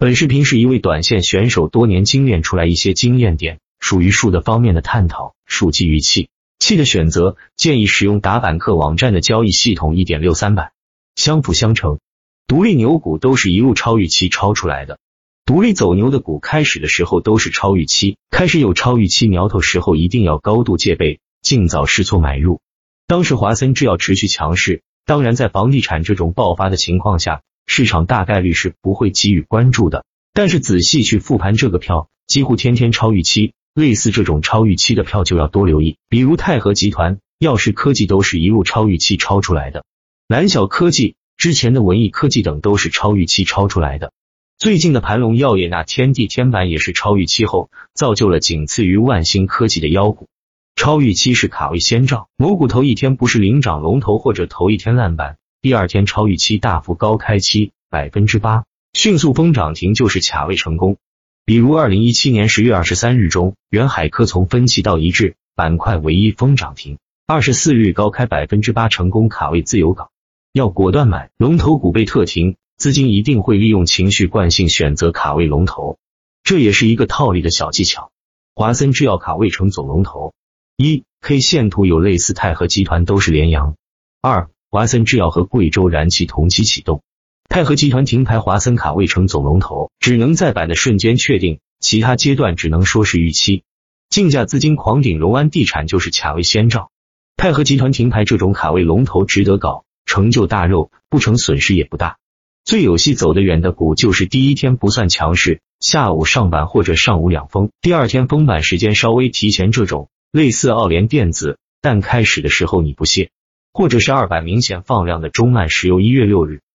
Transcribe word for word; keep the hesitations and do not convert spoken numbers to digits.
本视频是一位短线选手多年精炼出来一些经验点，属于术的方面的探讨。术基于气，气的选择建议使用打板客网站的交易系统 一点六三 版，相辅相成。独立牛股都是一路超预期超出来的，独立走牛的股开始的时候都是超预期，开始有超预期苗头时候一定要高度戒备，尽早试错买入。当时华森制药持续强势，当然在房地产这种爆发的情况下，市场大概率是不会给予关注的，但是仔细去复盘这个票，几乎天天超预期，类似这种超预期的票就要多留意，比如泰禾集团、耀世科技都是一路超预期超出来的，蓝晓科技之前的文艺科技等都是超预期超出来的。最近的盘龙药业那天地天板也是超预期后，造就了仅次于万兴科技的妖股。超预期是卡位先兆，某股头一天不是领涨龙头或者头一天烂板，第二天超预期大幅高开期 百分之八， 迅速封涨停就是卡位成功。比如二零一七年十月二十三日中，远海科从分歧到一致，板块唯一封涨停，二十四日高开 百分之八 成功卡位自由港。要果断买，龙头股被特停，资金一定会利用情绪惯性选择卡位龙头，这也是一个套利的小技巧。华森制药卡位成总龙头。一 K 线图有类似泰禾集团都是连阳。二华森制药和贵州燃气同期启动，泰禾集团停牌，华森卡位成总龙头，只能在板的瞬间确定，其他阶段只能说是预期。竞价资金狂顶荣安地产就是卡位先兆，泰禾集团停牌这种卡位龙头值得搞，成就大肉，不成损失也不大。最有戏走得远的股就是第一天不算强势，下午上板或者上午两封，第二天封板时间稍微提前这种，类似奥联电子，但开始的时候你不屑，或者是二百明显放量的中曼石油一月六日，